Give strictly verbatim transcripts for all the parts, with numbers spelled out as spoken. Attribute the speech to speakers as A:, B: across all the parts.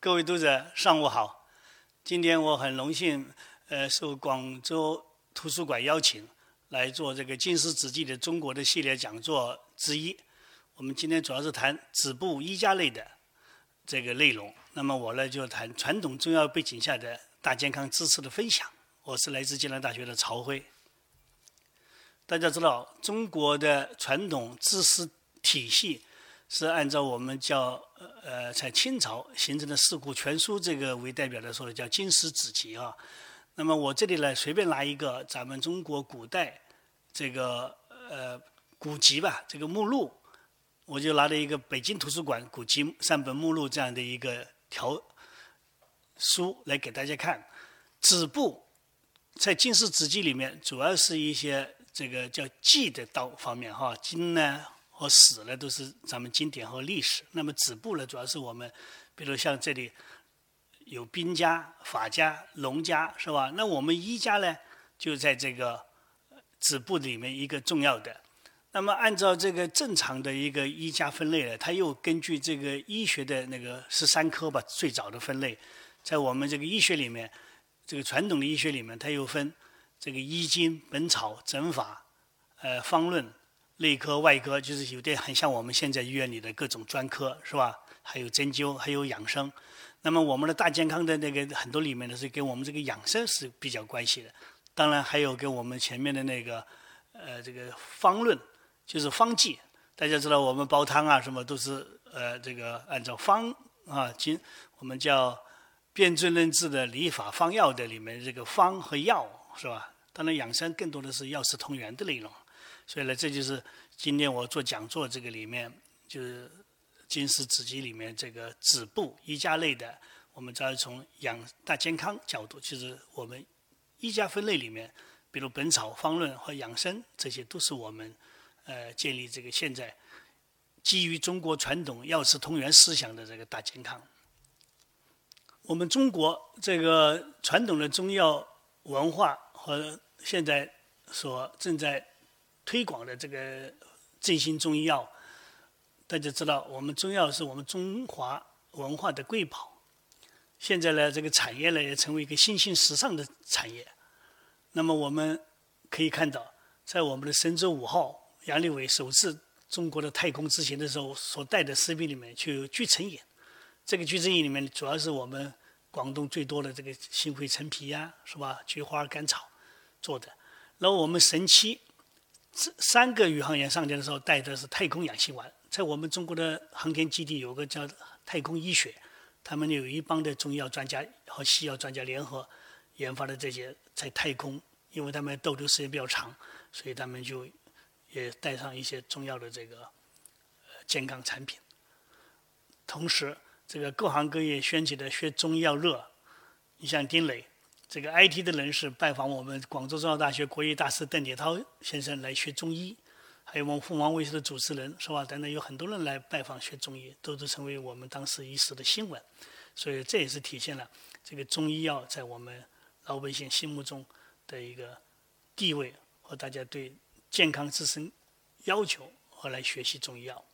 A: 各位读者，上午好。今天我很荣幸，呃，受广州图书馆邀请来做这个《经史子集》的中国的系列讲座之一。我们今天主要是谈子部医家类的这个内容。那么我呢就谈传统中药背景下的大健康知识的分享。我是来自暨南大学的曹辉。大家知道，中国的传统知识体系是按照我们叫呃，在清朝形成的《四库全书》这个为代表的说的叫《经史子集》啊。那么我这里呢，随便拿一个咱们中国古代这个呃古籍吧，这个目录，我就拿了一个北京图书馆古籍三本目录这样的一个条书来给大家看。子部在《经史子集》里面，主要是一些这个叫纪的道方面哈，经呢和史呢都是咱们经典和历史。那么子部呢，主要是我们，比如像这里有兵家、法家、农家，是吧？那我们医家呢，就在这个子部里面一个重要的。那么按照这个正常的一个医家分类呢，它又根据这个医学的那个十三科吧，最早的分类，在我们这个医学里面，这个传统的医学里面，它又分这个医经、本草、诊法、呃方论。内科、外科，就是有点很像我们现在医院里的各种专科，是吧？还有针灸，还有养生。那么我们的大健康的那个很多里面呢，是跟我们这个养生是比较关系的。当然还有跟我们前面的那个呃这个方论，就是方剂。大家知道我们煲汤啊什么都是呃这个按照方啊经我们叫辨证论治的理法方药的里面这个方和药，是吧？当然养生更多的是药食同源的内容。所以呢，这就是今天我做讲座这个里面，就是《经史子集》里面这个子部医家类的，我们主要从养大健康角度，就是我们医家分类里面，比如本草、方论和养生，这些都是我们呃建立这个现在基于中国传统药食同源思想的这个大健康。我们中国这个传统的中药文化和现在所正在推广的这个振兴中医药，大家知道，我们中药是我们中华文化的瑰宝。现在呢，这个产业呢也成为一个新兴时尚的产业。那么我们可以看到，在我们的神舟五号杨利伟首次中国的太空之行的时候，所带的士兵里面就有菊橙饮。这个菊橙饮里面主要是我们广东最多的这个新会陈皮呀、啊，是吧？菊花甘草做的。然后我们神七。三个宇航员上天的时候带的是太空氧气丸，在我们中国的航天基地有个叫太空医学，他们有一帮的中药专家和西药专家联合研发的这些在太空，因为他们逗留时间比较长，所以他们就也带上一些中药的这个健康产品。同时，这个各行各业掀起的学中医药热，你像丁磊。这个 I T 的人士拜访我们广州中药大学国医大师邓铁涛先生来学中医，还有我们凤凰卫视的主持人，是吧？等等，有很多人来拜访学中医，都是成为我们当时一时的新闻。所以这也是体现了这个中医药在我们老百姓心目中的一个地位和大家对健康自身要求和来学习中医药。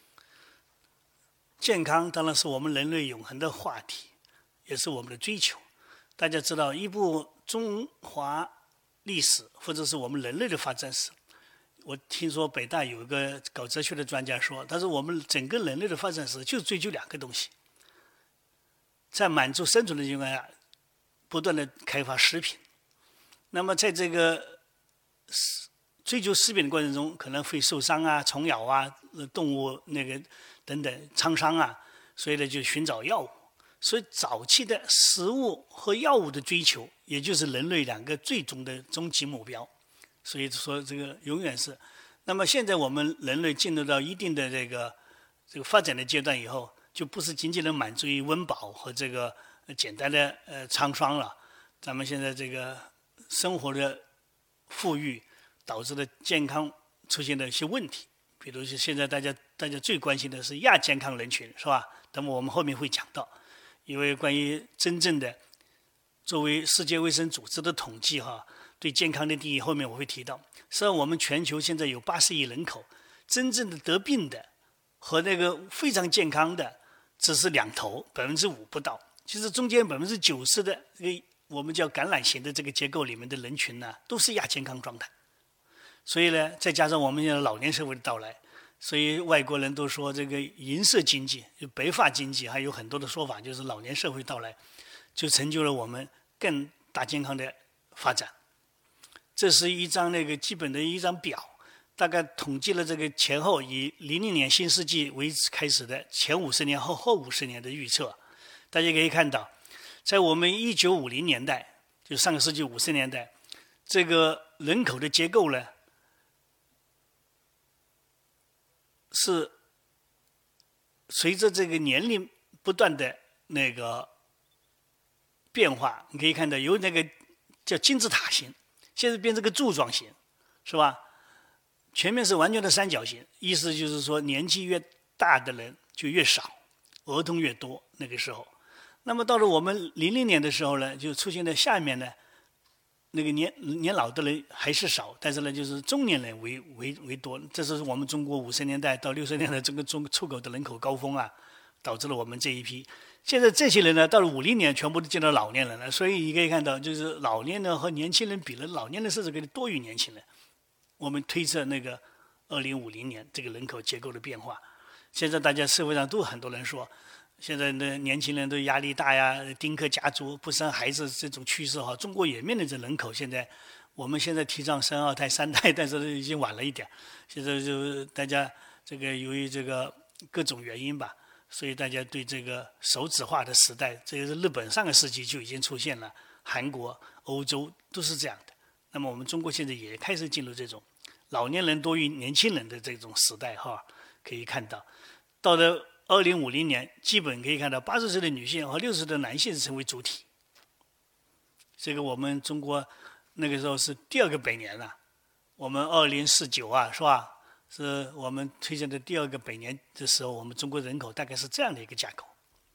A: 健康当然是我们人类永恒的话题，也是我们的追求。大家知道，一部中华历史或者是我们人类的发展史，我听说北大有一个搞哲学的专家说，他说我们整个人类的发展史就追求两个东西，在满足生存的情况下，不断的开发食品。那么在这个追求食品的过程中，可能会受伤啊、虫咬啊、动物那个等等创伤啊，所以呢就寻找药物。所以早期的食物和药物的追求，也就是人类两个最终的终极目标。所以说这个永远是。那么现在我们人类进入到一定的这个这个发展的阶段以后，就不是仅仅能满足于温饱和这个简单的呃创伤了。咱们现在这个生活的富裕导致的健康出现了一些问题，比如说现在大家大家最关心的是亚健康人群，是吧？那么我们后面会讲到。因为关于真正的作为世界卫生组织的统计哈，对健康的定义，后面我会提到。实际上我们全球现在有八十亿人口，真正的得病的和那个非常健康的只是两头，百分之五不到。其实中间百分之九十的这个我们叫橄榄型的这个结构里面的人群呢，都是亚健康状态。所以呢，再加上我们现在老年社会的到来，所以外国人都说这个银色经济、就白发经济，还有很多的说法，就是老年社会到来，就成就了我们更大健康的发展。这是一张那个基本的一张表，大概统计了这个前后以零零年新世纪为开始的前五十年后后五十年的预测。大家可以看到，在我们一九五零年代，就上个世纪五十年代，这个人口的结构呢，是随着这个年龄不断的那个变化，你可以看到由那个叫金字塔形，现在变成个柱状形，是吧？前面是完全的三角形，意思就是说年纪越大的人就越少，儿童越多。那个时候，那么到了我们零零年的时候呢，就出现在下面呢，那个年年老的人还是少，但是呢，就是中年人为为为多。这是我们中国五十年代到六十年代这个中出口的人口高峰啊，导致了我们这一批。现在这些人呢，到了五零年，全部都见到老年人了。所以你可以看到，就是老年人和年轻人比了，老年人甚至可以多于年轻人。我们推测那个二零五零年这个人口结构的变化。现在大家社会上都很多人说，现在的年轻人都压力大呀，丁克家族不生孩子这种趋势哈，中国也面临着人口现在，我们现在提倡生二胎三胎，但是已经晚了一点。现在就大家这个由于这个各种原因吧，所以大家对这个少子化的时代，这个是日本上个世纪就已经出现了，韩国、欧洲都是这样的。那么我们中国现在也开始进入这种老年人多于年轻人的这种时代哈，可以看到，到了二零五零年，基本可以看到八十岁的女性和六十岁的男性成为主体。这个我们中国那个时候是第二个百年了，我们二零四九啊，是吧？是我们推荐的第二个百年的时候，我们中国人口大概是这样的一个架构。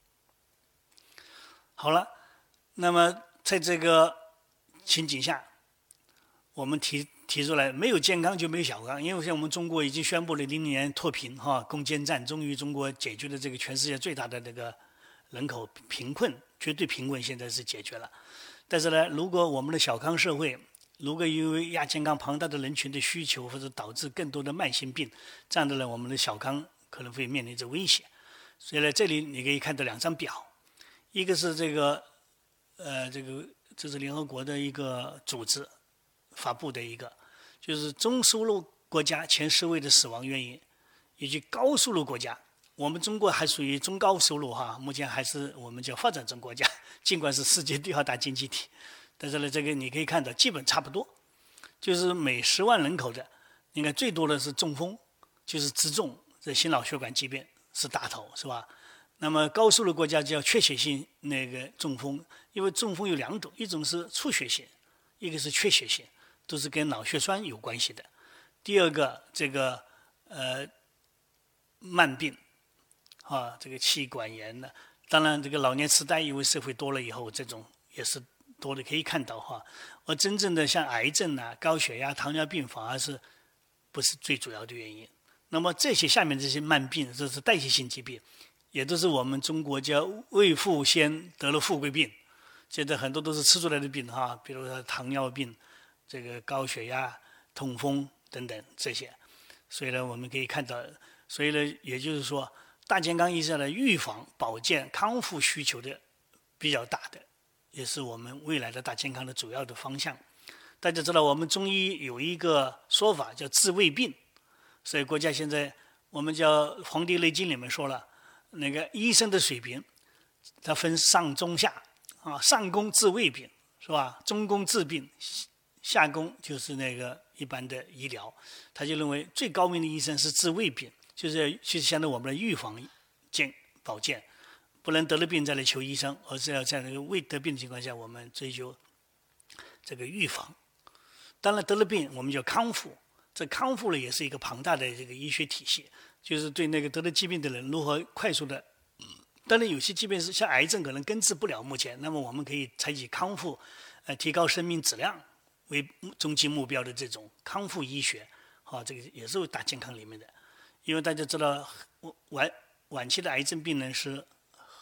A: 好了，那么在这个情景下，我们提提出来，没有健康就没有小康，因为像我们中国已经攻布了零年脱贫哈攻坚战，终于中国解决了这个全世界最大的这个人口贫困，绝对贫困现在是解决了。但是呢，如果我们的小康社会，如果因为亚健康庞大的人群的需求，或者导致更多的慢性病，这样的呢，我们的小康可能会面临着危险。所以呢，这里你可以看到两张表，一个是这个呃这个这是联合国的一个组织发布的一个，就是中收入国家前十位的死亡原因，以及高收入国家。我们中国还属于中高收入哈，目前还是我们叫发展中国家，尽管是世界第二大经济体，但是呢，这个你可以看到基本差不多，就是每十万人口的，应该最多的是中风，就是直中这心脑血管疾病是大头，是吧？那么高收入国家叫缺血性那个中风，因为中风有两种，一种是出血性，一个是缺血性，都是跟脑血栓有关系的。第二个，这个呃慢病，啊，这个气管炎呢，当然这个老年痴呆，因为社会多了以后，这种也是多的，可以看到哈。而真正的像癌症啊、高血压、糖尿病，反而是不是最主要的原因。那么这些下面这些慢病，这是代谢性疾病，也都是我们中国叫未富先得了富贵病。现在很多都是吃出来的病哈，比如说糖尿病、这个高血压、痛风等等这些。所以呢，我们可以看到，所以呢，也就是说，大健康意识的预防、保健、康复需求的比较大的，也是我们未来的大健康的主要的方向。大家知道，我们中医有一个说法叫治未病，所以国家现在我们叫《黄帝内经》里面说了，那个医生的水平，它分上中下啊，上工治未病是吧？中工治病，下工就是那个一般的医疗。他就认为最高明的医生是治未病，就是就是相当于我们的预防健保健，不能得了病再来求医生，而是要在那个未得病的情况下，我们追求这个预防。当然得了病，我们叫康复。这康复了也是一个庞大的这个医学体系，就是对那个得了疾病的人如何快速的。当然有些疾病是像癌症可能根治不了，目前那么我们可以采取康复，呃，提高生命质量为终极目标的这种康复医学，好，这个也是大健康里面的。因为大家知道晚晚期的癌症病人是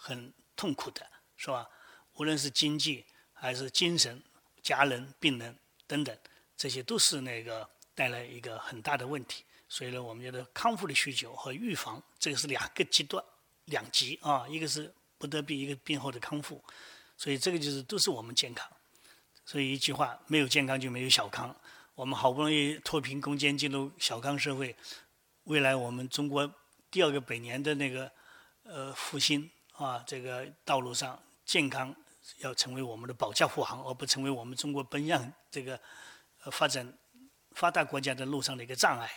A: 很痛苦的，是吧？无论是经济还是精神、家人、病人等等，这些都是那个带来一个很大的问题。所以呢，我们觉得康复的需求和预防，这个是两个极端、两极啊，一个是不得病，一个病后的康复。所以这个就是都是我们健康。所以一句话，没有健康就没有小康。我们好不容易脱贫攻坚进入小康社会，未来我们中国第二个百年的那个呃复兴啊，这个道路上健康要成为我们的保驾护航，而不成为我们中国奔向这个呃发展发达国家的路上的一个障碍。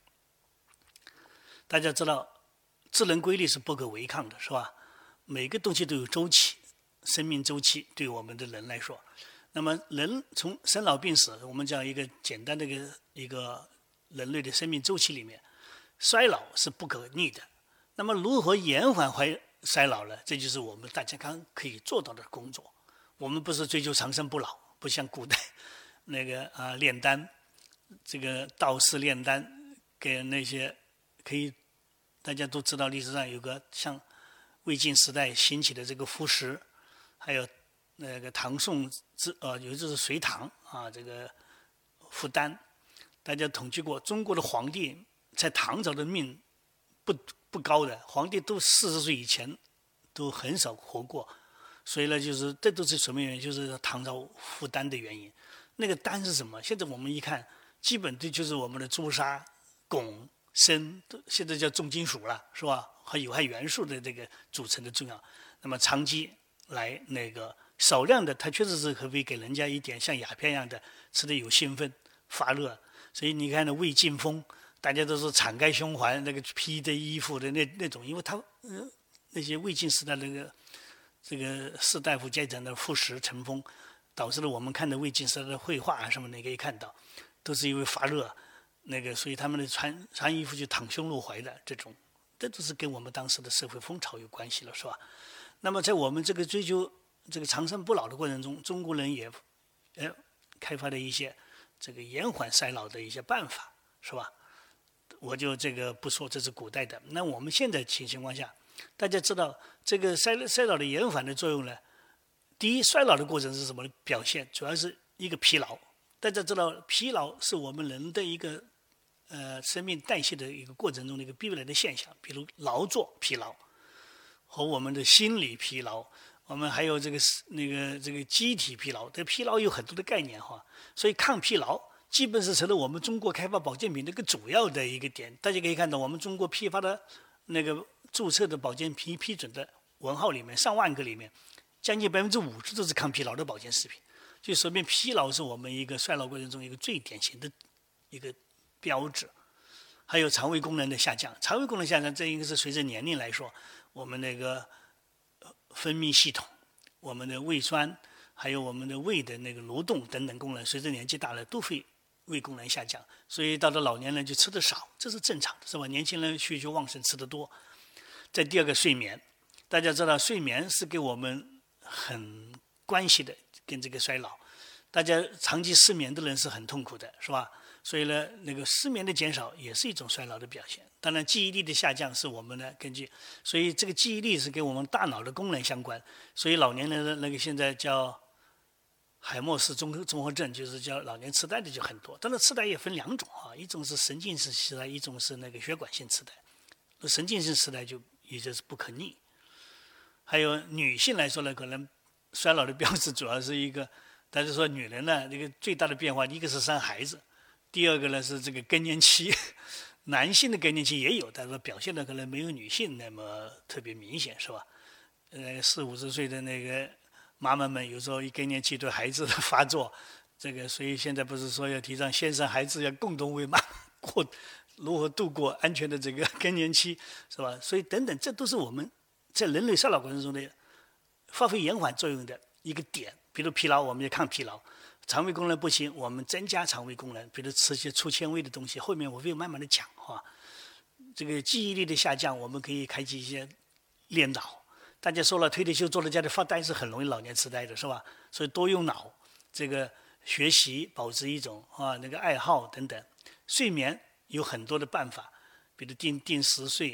A: 大家知道，自然规律是不可违抗的，是吧？每个东西都有周期，生命周期对我们的人来说。那么人从生老病死，我们讲一个简单的一个一个人类的生命周期里面，衰老是不可逆的。那么如何延缓衰衰老呢？这就是我们大家刚可以做到的工作。我们不是追求长生不老，不像古代那个啊炼丹，这个道士炼丹给那些可以，大家都知道历史上有个像魏晋时代兴起的这个敷石，还有那个唐宋之呃，有就是隋唐啊，这个复丹，大家统计过，中国的皇帝在唐朝的命不不高的，皇帝都四十岁以前都很少活过，所以呢，就是这都是什么原因？就是唐朝复丹的原因。那个丹是什么？现在我们一看，基本的就是我们的朱砂、汞、砷，现在叫重金属了，是吧？和有害元素的这个组成的重要。那么长期来那个。少量的，它确实是可以给人家一点像鸦片一样的，吃的有兴奋、发热。所以你看那胃劲风，大家都是敞开胸怀，那个披的衣服的那那种，因为它、呃、那些魏晋时代那个这个士大夫阶层的腐蚀成风，导致了我们看的魏晋时代的绘画啊什么的，可以看到，都是因为发热，那个所以他们的穿穿衣服就袒胸露怀的这种，这都是跟我们当时的社会风潮有关系了，是吧？那么在我们这个追求这个长生不老的过程中，中国人也呃开发了一些这个延缓衰老的一些办法，是吧？我就这个不说，这是古代的。那我们现在情情况下，大家知道这个衰衰老的延缓的作用呢？第一，衰老的过程是什么表现？主要是一个疲劳。大家知道，疲劳是我们人的一个呃生命代谢的一个过程中的一个必然的现象，比如劳作疲劳和我们的心理疲劳。我们还有这个那个这个机体疲劳，这疲劳有很多的概念哈，所以抗疲劳基本是成了我们中国开发保健品的一个主要的一个点。大家可以看到，我们中国批发的那个注册的保健品批准的文号里面，上万个里面，将近百分之五十都是抗疲劳的保健食品，就说明疲劳是我们一个衰老过程中一个最典型的一个标志。还有肠胃功能的下降，肠胃功能下降，这应该是随着年龄来说，我们那个分泌系统、我们的胃酸，还有我们的胃的那个蠕动等等功能，随着年纪大了都会胃功能下降，所以到了老年人就吃得少，这是正常的，是吧？年轻人需求旺盛，吃得多。再第二个睡眠，大家知道睡眠是给我们很关系的，跟这个衰老，大家长期失眠的人是很痛苦的，是吧？所以呢，那个失眠的减少也是一种衰老的表现。当然，记忆力的下降是我们呢根据，所以这个记忆力是跟我们大脑的功能相关。所以老年人的那个现在叫海默氏综综合症，就是叫老年痴呆的就很多。当然，痴呆也分两种啊，一种是神经性痴呆，一种是那个血管性痴呆。神经性痴呆就也就是不可逆。还有女性来说呢，可能衰老的标志主要是一个，大家说女人呢，这个最大的变化，一个是生孩子。第二个呢是这个更年期，男性的更年期也有，但是表现的可能没有女性那么特别明显，是吧？呃，四五十岁的那个妈妈们，有时候一更年期对孩子的发作，这个所以现在不是说要提倡先生孩子要共同为妈过如何度过安全的这个更年期，是吧？所以等等，这都是我们在人类衰老过程中的发挥延缓作用的一个点。比如疲劳，我们要抗疲劳。肠胃功能不行，我们增加肠胃功能，比如吃些粗纤维的东西，后面我会慢慢的讲哈。这个记忆力的下降，我们可以开启一些练脑。大家说了，推退休坐在家里发呆是很容易老年痴呆的，是吧？所以多用脑，这个学习保持一种啊那个爱好等等。睡眠有很多的办法，比如定定时睡，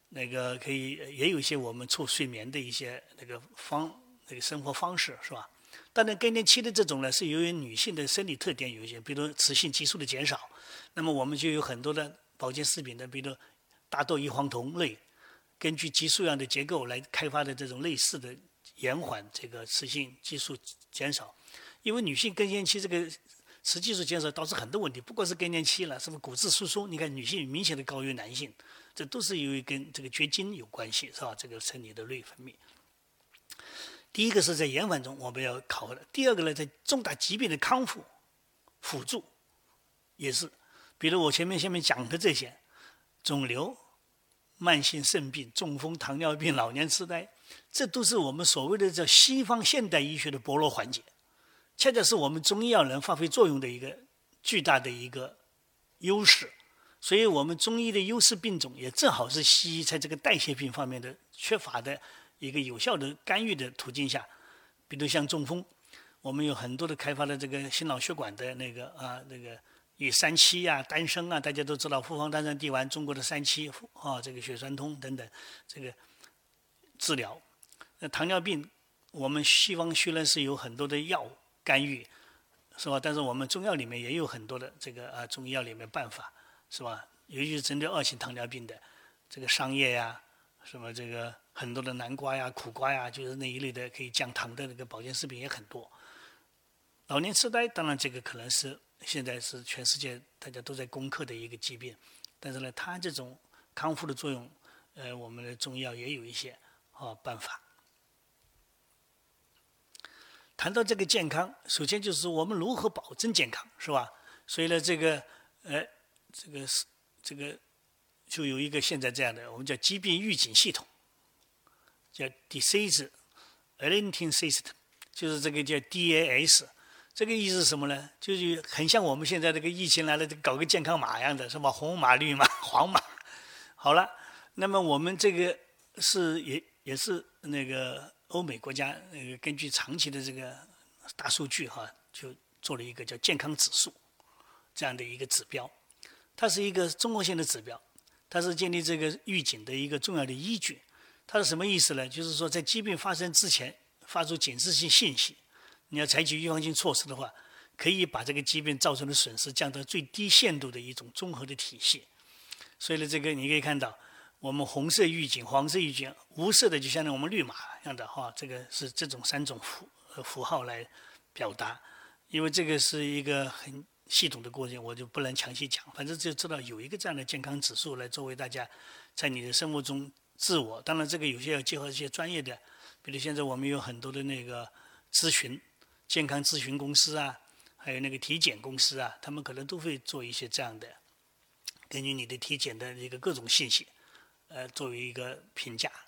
A: 那个可以也有一些我们促睡眠的一些那个方那个生活方式，是吧？当然，更年期的这种呢，是由于女性的生理特点有一些，比如雌性激素的减少，那么我们就有很多的保健食品的，比如大豆异黄酮类，根据激素样的结构来开发的这种类似的延缓这个雌性激素减少。因为女性更年期这个雌激素减少导致很多问题，不光是更年期了，什么骨质疏松，你看女性明显的高于男性，这都是由于跟这个绝经有关系，是吧？这个生理的内分泌。第一个是在延缓中我们要考核的，第二个呢，在重大疾病的康复辅助也是，比如我前面下面讲的这些，肿瘤、慢性肾病、中风、糖尿病、老年痴呆，这都是我们所谓的叫西方现代医学的薄弱环节，恰恰是我们中医药能发挥作用的一个巨大的一个优势。所以我们中医的优势病种也正好是西医在这个代谢病方面的缺乏的一个有效的干预的途径下，比如像中风，我们有很多的开发的这个心脑血管的那个啊那个以三七啊、丹参啊，大家都知道复方丹参地丸，中国的三七啊，这个血栓通等等这个治疗。那糖尿病，我们西方虽然是有很多的药干预，是吧？但是我们中药里面也有很多的这个啊中医药里面办法，是吧？尤其是针对二型糖尿病的，这个桑叶呀，什么这个很多的南瓜呀、苦瓜呀，就是那一类的可以降糖的那个保健食品也很多。老年痴呆，当然这个可能是现在是全世界大家都在攻克的一个疾病，但是呢，它这种康复的作用，呃，我们的中医药也有一些啊办法。谈到这个健康，首先就是我们如何保证健康，是吧？所以呢，这个呃，这个是这个就有一个现在这样的，我们叫疾病预警系统，叫 Disease Alerting System， 就是这个叫 D A S。这个意思是什么呢？就是很像我们现在这个疫情来了，搞个健康码一样的，是吧？红码、绿码、黄码。好了，那么我们这个是也也是那个欧美国家那个根据长期的这个大数据哈，就做了一个叫健康指数这样的一个指标，它是一个综合性的指标，它是建立这个预警的一个重要的依据。它是什么意思呢？就是说在疾病发生之前发出警示性信息。你要采取预防性措施的话，可以把这个疾病造成的损失降到最低限度的一种综合的体系。所以呢，这个你可以看到，我们红色预警、黄色预警，无色的就相当于我们绿码一样的哈，这个是这种三种符符号来表达。因为这个是一个很系统的过程，我就不能详细讲，反正就知道有一个这样的健康指数来作为大家在你的生活中自我。当然，这个有些要结合一些专业的，比如现在我们有很多的那个咨询。健康咨询公司啊，还有那个体检公司啊，他们可能都会做一些这样的，根据你的体检的一个各种信息，呃，作为一个评价。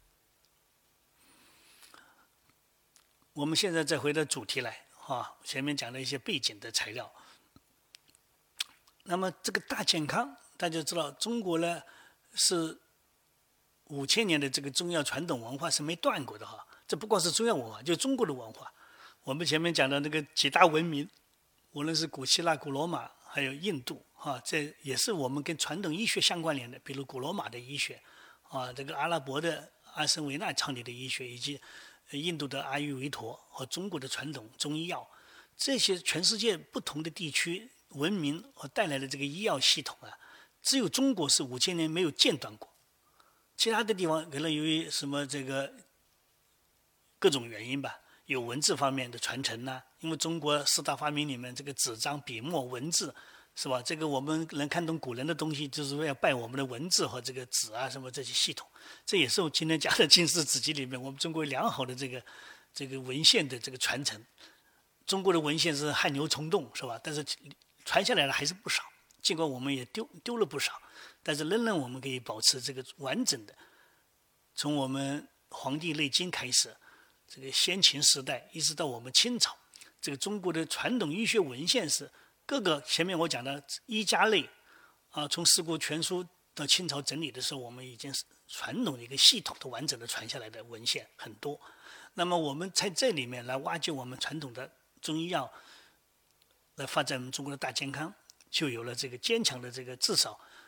A: 我们现在再回到主题来，哈，前面讲了一些背景的材料。那么这个大健康，大家知道，中国呢是五千年的这个中药传统文化是没断过的哈，这不光是中药文化，就中国的文化。我们前面讲的那个几大文明，无论是古希腊、古罗马，还有印度，哈，这也是我们跟传统医学相关联的。比如古罗马的医学，啊，这个阿拉伯的阿什维纳创立的医学，以及印度的阿育吠陀和中国的传统中医药，这些全世界不同的地区文明和带来的这个医药系统啊，只有中国是五千年没有间断过，其他的地方可能由于什么这个各种原因吧。有文字方面的传承呐、啊，因为中国四大发明里面，这个纸张、笔墨、文字，是吧？这个我们能看懂古人的东西，就是为了拜我们的文字和这个纸啊什么这些系统。这也是我今天讲的《经世子集》里面，我们中国良好的这个这个文献的这个传承。中国的文献是汗牛充栋，是吧？但是传下来的还是不少，尽管我们也丢丢了不少，但是仍然我们可以保持这个完整的，从我们《黄帝内经》开始。这个先秦时代一直到我们清朝，这个中国的传统医学文献是各个前面我讲的医家类啊，从《四库全书》到清朝整理的时候，我们已经是传统的一个系统的完整的传下来的文献很多。那么我们在这里面来挖掘我们传统的中医药，来发展我们中国的大健康，就有了这个坚强的这个至少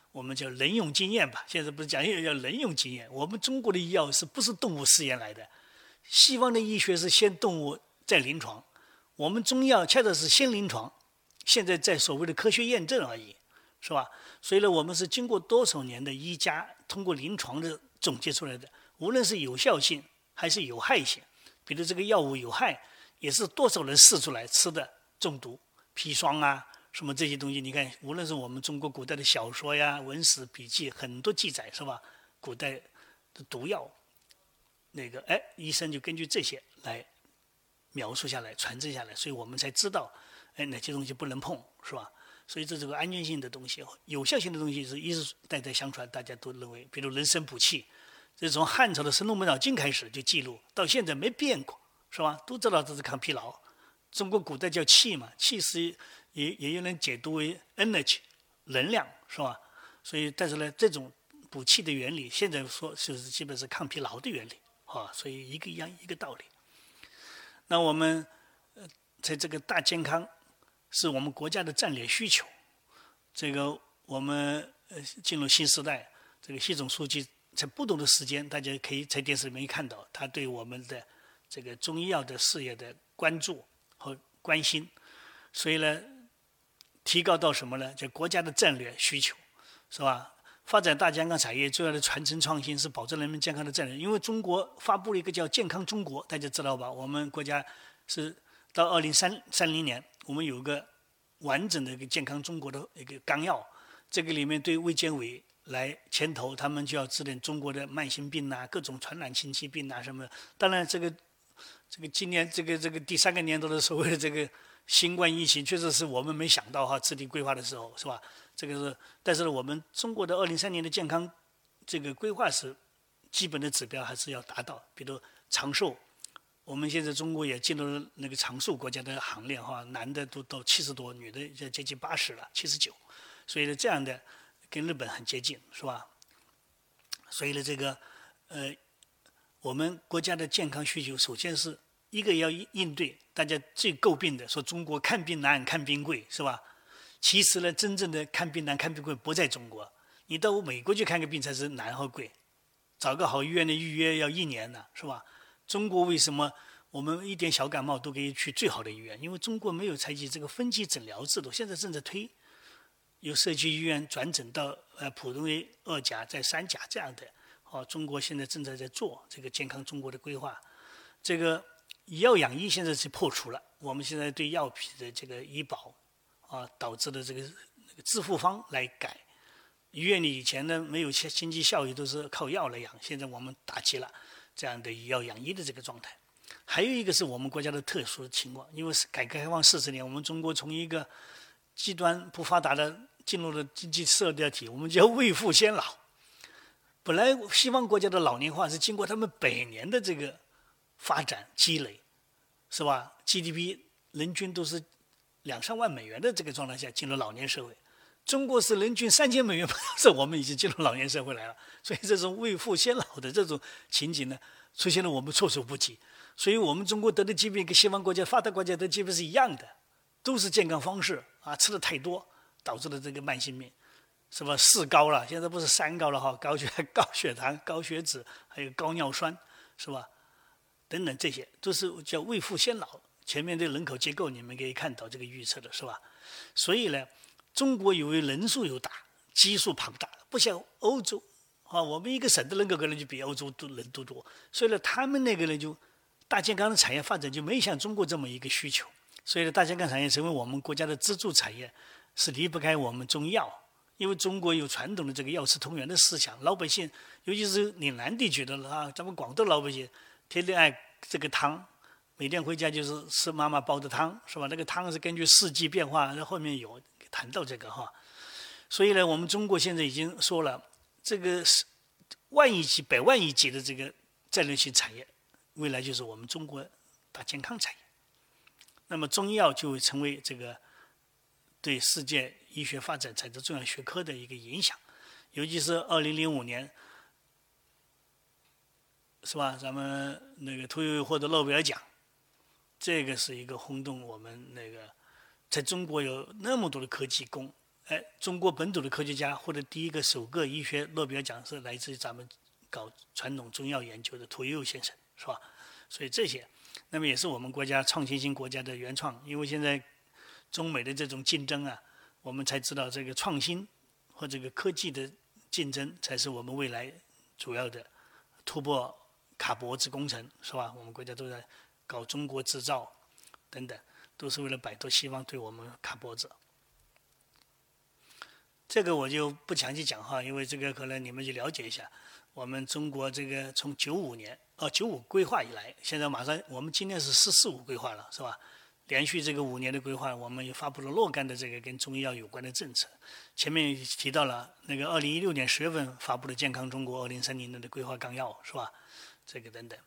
A: 我们叫人用经验吧，现在不是讲叫人用经验。我们中国的医药是不是动物试验来的？西方的医学是先动物再临床，我们中药恰恰是先临床，现在在所谓的科学验证而已，是吧？所以呢，我们是经过多少年的医家通过临床的总结出来的，无论是有效性还是有害性，比如这个药物有害，也是多少人试出来吃的中毒、砒霜啊。什么这些东西，你看，无论是我们中国古代的小说呀、文史笔记，很多记载是吧？古代的毒药，那个哎，医生就根据这些来描述下来、传承下来，所以我们才知道，哎，哪些东西不能碰，是吧？所以这是个安全性的东西，有效性的东西是一直代代相传，大家都认为，比如人参补气，这从汉朝的《神农本草经》开始就记录，到现在没变过，是吧？都知道这是抗疲劳。中国古代叫气嘛，气是。也也有人解读为 energy 能量，是吧？所以但是呢，这种补气的原理，现在说就是基本是抗疲劳的原理啊，所以一个一样一个道理。那我们呃在这个大健康是我们国家的战略需求，这个我们呃进入新时代，这个习总书记在不同的时间，大家可以在电视里面看到他对我们的这个中医药的事业的关注和关心，所以呢。提高到什么呢？就国家的战略需求，是吧？发展大健康产业最要的传承创新是保证人民健康的战略。因为中国发布了一个叫“健康中国”，大家知道吧？我们国家是到二零三三零年，我们有一个完整的一个健康中国的一个纲要。这个里面对卫健委来牵头，他们就要治理中国的慢性病啊、各种传染性疾病啊什么。当然，这个这个今年这个这个第三个年度的所谓的这个。新冠疫情确实是我们没想到哈，制定规划的时候是吧？这个是，但是我们中国的二零三年的健康这个规划是基本的指标还是要达到，比如长寿，我们现在中国也进入了那个长寿国家的行列哈，男的都到七十多，女的就接近八十了，七十九，所以呢，这样的跟日本很接近是吧？所以呢，这个呃，我们国家的健康需求，首先是。一个要应对大家最诟病的，说中国看病难、看病贵，是吧？其实呢，真正的看病难、看病贵不在中国，你到美国去看个病才是难和贵，找个好医院的预约要一年呢，是吧？中国为什么我们一点小感冒都可以去最好的医院？因为中国没有采取这个分级诊疗制度，现在正在推，由社区医院转诊到呃普通的二甲、在三甲这样的。哦，中国现在正在在做这个健康中国的规划，这个。以药养医现在是破除了，我们现在对药品的这个医保啊导致的这个那个支付方来改，医院里以前呢没有经济效益，都是靠药来养，现在我们打击了这样的以药养医的这个状态。还有一个是我们国家的特殊情况，因为是改革开放四十年，我们中国从一个极端不发达的进入了经济社交体，我们叫未富先老。本来西方国家的老龄化是经过他们百年的这个发展积累。是吧 ？G D P 人均都是两三万美元的这个状态下进入老年社会，中国是人均三千美元，是我们已经进入老年社会来了。所以这种未富先老的这种情景呢，出现了我们措手不及。所以我们中国得的疾病跟西方国家、发达国家得疾病是一样的，都是健康方式啊吃的太多导致的这个慢性病，是吧？四高了，现在不是三高了哈，高血高血糖、高血脂，还有高尿酸，是吧？等等，这些都是叫未富先老。前面的人口结构你们可以看到这个预测的是吧？所以呢，中国由于人数又大，基数庞大，不像欧洲啊，我们一个省的人口可能就比欧洲多人都多，所以呢，他们那个呢就大健康的产业发展就没像中国这么一个需求，所以呢，大健康产业成为我们国家的支柱产业，是离不开我们中药。因为中国有传统的这个药食同源的思想，老百姓尤其是岭南地区的啊，咱们广东老百姓。天天爱这个汤，每天回家就是吃妈妈煲的汤，是吧？那个汤是根据四季变化，后面有谈到这个哈。所以呢，我们中国现在已经说了，这个是万亿级、百万亿级的这个战略性产业，未来就是我们中国大健康产业。那么中医药就会成为这个对世界医学发展产生重要学科的一个影响，尤其是二零零五年。是吧？咱们那个屠呦呦获得诺贝尔奖，这个是一个轰动我们那个，在中国有那么多的科技工， 哎，中国本土的科学家获得第一个首个医学诺贝尔奖是来自于咱们搞传统中药研究的屠呦呦先生，是吧？所以这些，那么也是我们国家创新型国家的原创。因为现在中美的这种竞争啊，我们才知道这个创新和这个科技的竞争才是我们未来主要的突破卡脖子工程，是吧？我们国家都在搞中国制造等等，都是为了摆脱西方对我们卡脖子。这个我就不详细讲哈，因为这个可能你们去了解一下。我们中国这个从九五年哦九五规划以来，现在马上我们今年是“十四五”规划了，是吧？连续这个五年的规划，我们也发布了若干的这个跟中医药有关的政策。前面提到了那个二零一六年十月份发布的《健康中国二零三零年的规划纲要》，是吧？这个等等，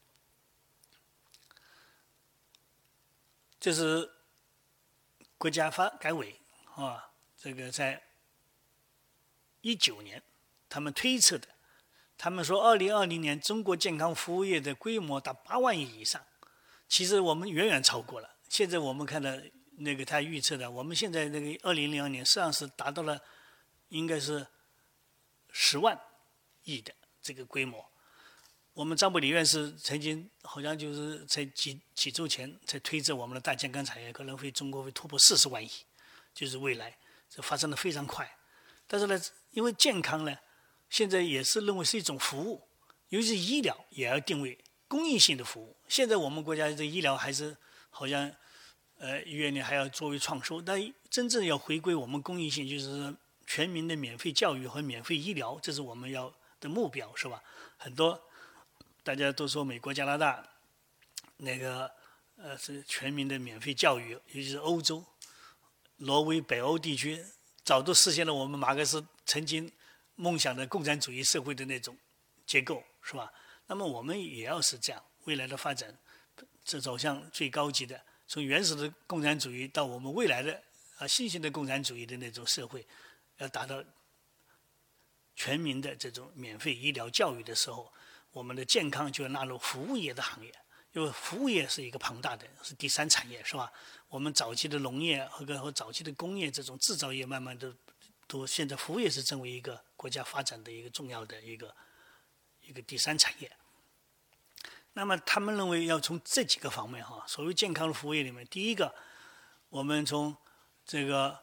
A: 这是国家发改委啊，这个在一九年他们推测的。他们说，二零二零年中国健康服务业的规模达八万亿以上，其实我们远远超过了。现在我们看到那个他预测的，我们现在那个二零零二年实际上是达到了，应该是十万亿的这个规模。我们张伯礼院士曾经好像就是在几几周前才推测我们的大健康产业可能会中国会突破四十万亿，就是未来这发生的非常快。但是呢，因为健康呢，现在也是认为是一种服务，尤其是医疗也要定位公益性的服务。现在我们国家的医疗还是好像，呃，医院里还要作为创收，但真正要回归我们公益性，就是全民的免费教育和免费医疗，这是我们要的目标，是吧？很多大家都说美国、加拿大那个呃是全民的免费教育，尤其是欧洲、挪威、北欧地区，早都实现了我们马克思曾经梦想的共产主义社会的那种结构，是吧？那么我们也要是这样，未来的发展，这走向最高级的，从原始的共产主义到我们未来的啊新型的共产主义的那种社会，要达到全民的这种免费医疗教育的时候，我们的健康就要纳入服务业的行业，因为服务业是一个庞大的，是第三产业，是吧？我们早期的农业和和早期的工业这种制造业，慢慢的都现在服务业是成为一个国家发展的一个重要的一个一个第三产业。那么他们认为要从这几个方面哈，所谓健康的服务业里面，第一个，我们从这个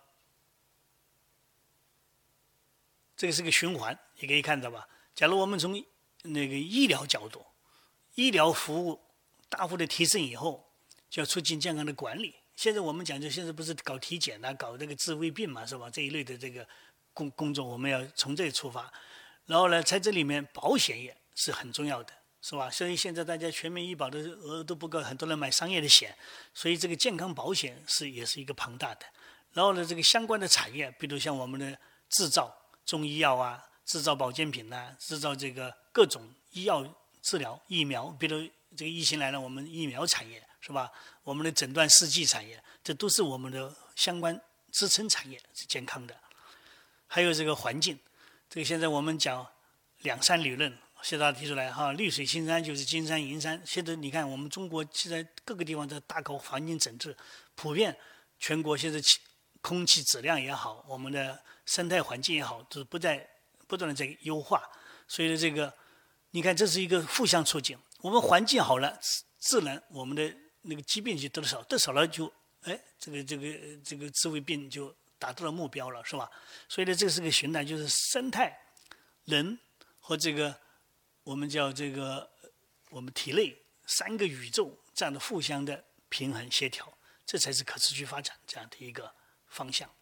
A: 这个是个循环，也可以看到吧？假如我们从那个医疗角度，医疗服务大幅的提升以后，就要促进健康的管理。现在我们讲究，现在不是搞体检啊，搞这个治胃病嘛，是吧？这一类的这个工工作，我们要从这里出发。然后呢，在这里面保险业是很重要的，是吧？所以现在大家全民医保的额都不够，很多人买商业的险，所以这个健康保险是也是一个庞大的。然后呢，这个相关的产业，比如像我们的制造中医药啊，制造保健品呐、啊，制造这个各种医药治疗疫苗，比如这个疫情来了，我们疫苗产业是吧？我们的诊断试剂产业，这都是我们的相关支撑产业，是健康的。还有这个环境，这个现在我们讲两山理论，习大大提出来哈，绿水青山就是金山银山。现在你看我们中国现在各个地方在大搞环境整治，普遍全国现在气空气质量也好，我们的生态环境也好，都是不在不断的在优化。所以这个你看这是一个互相促进，我们环境好了，自然我们的那个疾病就得少，得少了就哎这个这个这个治胃病就达到了目标了，是吧？所以呢，这是个循环，就是生态、人和这个我们叫这个我们体内三个宇宙这样的互相的平衡协调，这才是可持续发展这样的一个方向。